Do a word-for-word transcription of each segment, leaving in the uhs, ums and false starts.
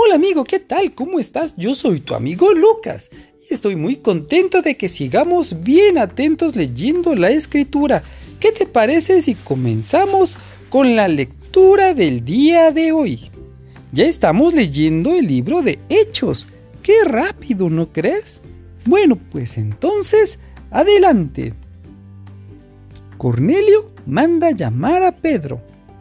Hola amigo, ¿qué tal? ¿Cómo estás? Yo soy tu amigo Lucas y estoy muy contento de que sigamos bien atentos leyendo la escritura. ¿Qué te parece si comenzamos con la lectura del día de hoy? Ya estamos leyendo el libro de Hechos. ¡Qué rápido!, ¿no crees? Bueno, pues entonces, adelante. Cornelio manda llamar a Pedro.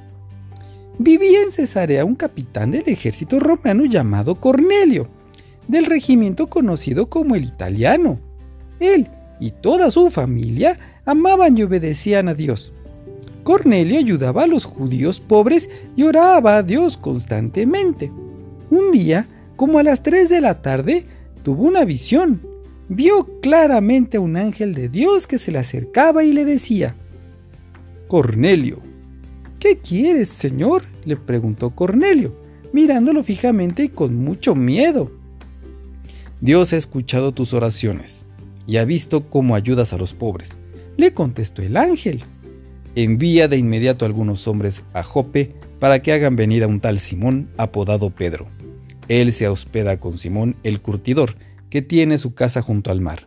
Vivía en Cesarea un capitán del ejército romano llamado Cornelio, del regimiento conocido como el Italiano. Él y toda su familia amaban y obedecían a Dios. Cornelio ayudaba a los judíos pobres y oraba a Dios constantemente. Un día, como a las tres de la tarde, tuvo una visión. Vio claramente a un ángel de Dios que se le acercaba y le decía: «Cornelio». «¿Qué quieres, Señor?», le preguntó Cornelio, mirándolo fijamente y con mucho miedo. «Dios ha escuchado tus oraciones y ha visto cómo ayudas a los pobres», le contestó el ángel. «Envía de inmediato a algunos hombres a Jope para que hagan venir a un tal Simón apodado Pedro. Él se hospeda con Simón el curtidor, que tiene su casa junto al mar».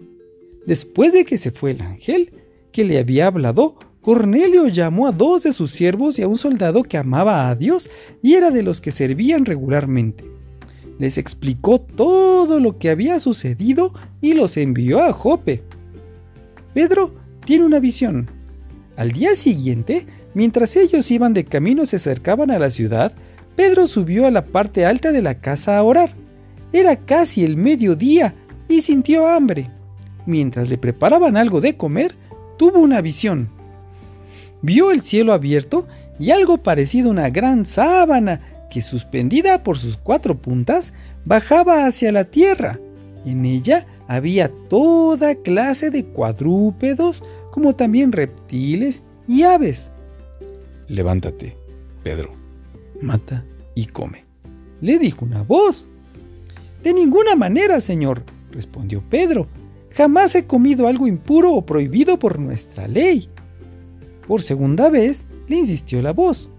Después de que se fue el ángel que le había hablado, Cornelio llamó a dos de sus siervos y a un soldado que amaba a Dios y era de los que servían regularmente. Les explicó todo lo que había sucedido y los envió a Jope. Pedro tiene una visión. Al día siguiente, mientras ellos iban de camino y se acercaban a la ciudad, Pedro subió a la parte alta de la casa a orar. Era casi el mediodía y sintió hambre. Mientras le preparaban algo de comer, tuvo una visión. Vio el cielo abierto y algo parecido a una gran sábana que, suspendida por sus cuatro puntas, bajaba hacia la tierra. En ella había toda clase de cuadrúpedos, como también reptiles y aves. «Levántate, Pedro, mata y come», le dijo una voz. «De ninguna manera, Señor», respondió Pedro. «Jamás he comido algo impuro o prohibido por nuestra ley». Por segunda vez le insistió la voz.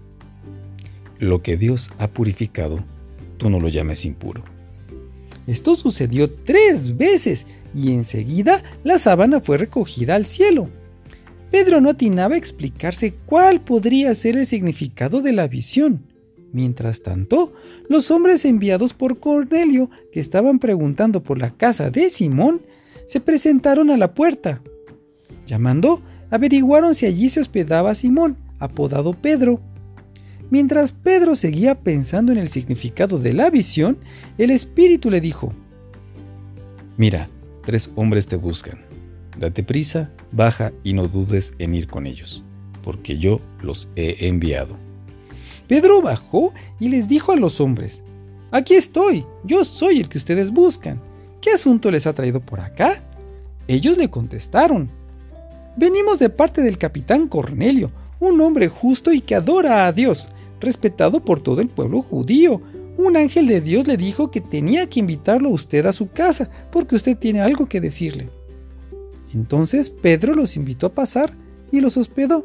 «Lo que Dios ha purificado, tú no lo llames impuro». Esto sucedió tres veces y enseguida la sábana fue recogida al cielo. Pedro no atinaba a explicarse cuál podría ser el significado de la visión. Mientras tanto, los hombres enviados por Cornelio, que estaban preguntando por la casa de Simón, se presentaron a la puerta. Llamando, averiguaron si allí se hospedaba Simón, apodado Pedro. Mientras Pedro seguía pensando en el significado de la visión, el Espíritu le dijo: «Mira, tres hombres te buscan. Date prisa, baja y no dudes en ir con ellos, porque yo los he enviado». Pedro bajó y les dijo a los hombres: «Aquí estoy, yo soy el que ustedes buscan. ¿Qué asunto les ha traído por acá?». Ellos le contestaron: «Venimos de parte del capitán Cornelio, un hombre justo y que adora a Dios, respetado por todo el pueblo judío. Un ángel de Dios le dijo que tenía que invitarlo a usted a su casa, porque usted tiene algo que decirle». Entonces Pedro los invitó a pasar y los hospedó.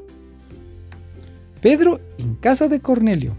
Pedro en casa de Cornelio.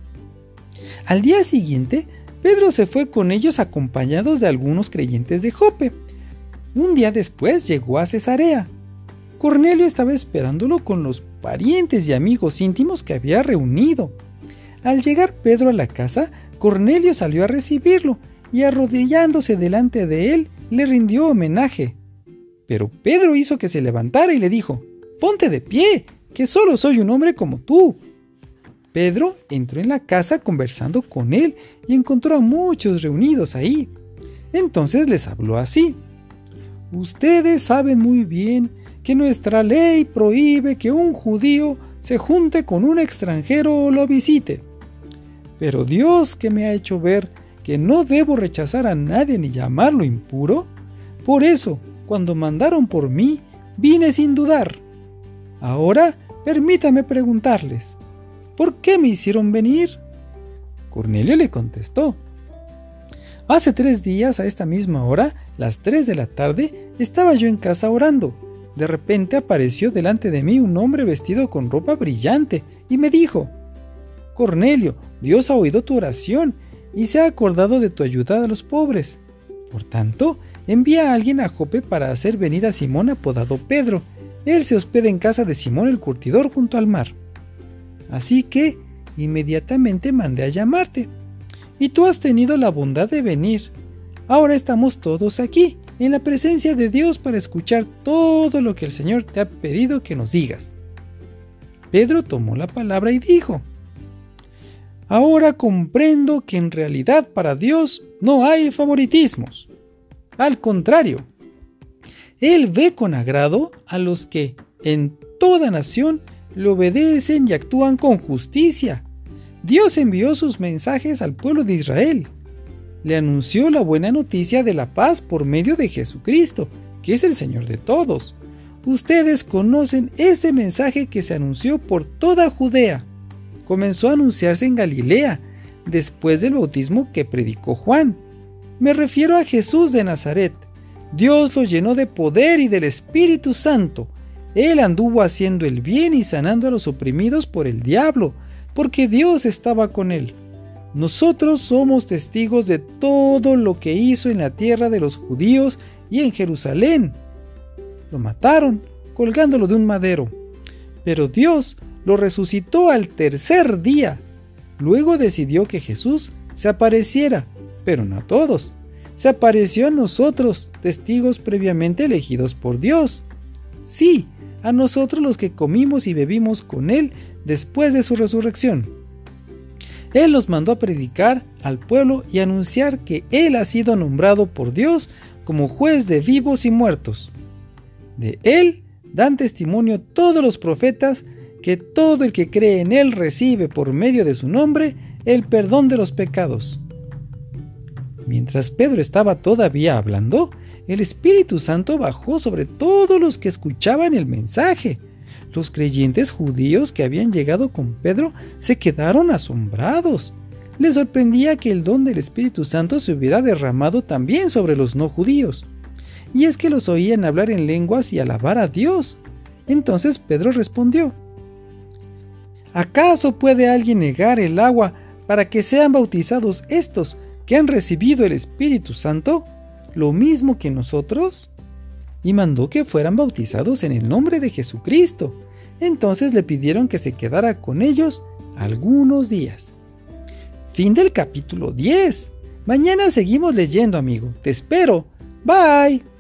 Al día siguiente, Pedro se fue con ellos acompañados de algunos creyentes de Jope. Un día después llegó a Cesarea. Cornelio estaba esperándolo con los parientes y amigos íntimos que había reunido. Al llegar Pedro a la casa, Cornelio salió a recibirlo y, arrodillándose delante de él, le rindió homenaje. Pero Pedro hizo que se levantara y le dijo: «Ponte de pie, que solo soy un hombre como tú». Pedro entró en la casa conversando con él y encontró a muchos reunidos ahí. Entonces les habló así: «Ustedes saben muy bien que nuestra ley prohíbe que un judío se junte con un extranjero o lo visite. Pero Dios, que me ha hecho ver que no debo rechazar a nadie ni llamarlo impuro, por eso, cuando mandaron por mí, vine sin dudar. Ahora, permítame preguntarles, ¿por qué me hicieron venir?». Cornelio le contestó: «Hace tres días a esta misma hora, las tres de la tarde, estaba yo en casa orando. De repente apareció delante de mí un hombre vestido con ropa brillante y me dijo: Cornelio, Dios ha oído tu oración y se ha acordado de tu ayuda a los pobres. Por tanto, envía a alguien a Jope para hacer venir a Simón apodado Pedro. Él se hospeda en casa de Simón el curtidor junto al mar. Así que inmediatamente mandé a llamarte, y tú has tenido la bondad de venir. Ahora estamos todos aquí, en la presencia de Dios, para escuchar todo lo que el Señor te ha pedido que nos digas. Pedro tomó la palabra y dijo: Ahora comprendo que en realidad para Dios no hay favoritismos. Al contrario, Él ve con agrado a los que en toda nación le obedecen y actúan con justicia. Dios envió sus mensajes al pueblo de Israel. Le anunció la buena noticia de la paz por medio de Jesucristo, que es el Señor de todos. Ustedes conocen este mensaje que se anunció por toda Judea. Comenzó a anunciarse en Galilea, después del bautismo que predicó Juan. Me refiero a Jesús de Nazaret. Dios lo llenó de poder y del Espíritu Santo. Él anduvo haciendo el bien y sanando a los oprimidos por el diablo, porque Dios estaba con él. Nosotros somos testigos de todo lo que hizo en la tierra de los judíos y en Jerusalén. Lo mataron, colgándolo de un madero, pero Dios lo resucitó al tercer día. Luego decidió que Jesús se apareciera, pero no a todos. Se apareció a nosotros, testigos previamente elegidos por Dios. Sí, a nosotros los que comimos y bebimos con Él después de su resurrección. Él nos mandó a predicar al pueblo y anunciar que Él ha sido nombrado por Dios como juez de vivos y muertos. De Él dan testimonio todos los profetas que todo el que cree en Él recibe por medio de su nombre el perdón de los pecados. Mientras Pedro estaba todavía hablando, el Espíritu Santo bajó sobre todos los que escuchaban el mensaje. Los creyentes judíos que habían llegado con Pedro se quedaron asombrados. Les sorprendía que el don del Espíritu Santo se hubiera derramado también sobre los no judíos. Y es que los oían hablar en lenguas y alabar a Dios. Entonces Pedro respondió: ¿Acaso puede alguien negar el agua para que sean bautizados estos que han recibido el Espíritu Santo, lo mismo que nosotros? Y mandó que fueran bautizados en el nombre de Jesucristo. Entonces le pidieron que se quedara con ellos algunos días. Fin del capítulo diez. Mañana seguimos leyendo, amigo. Te espero. Bye.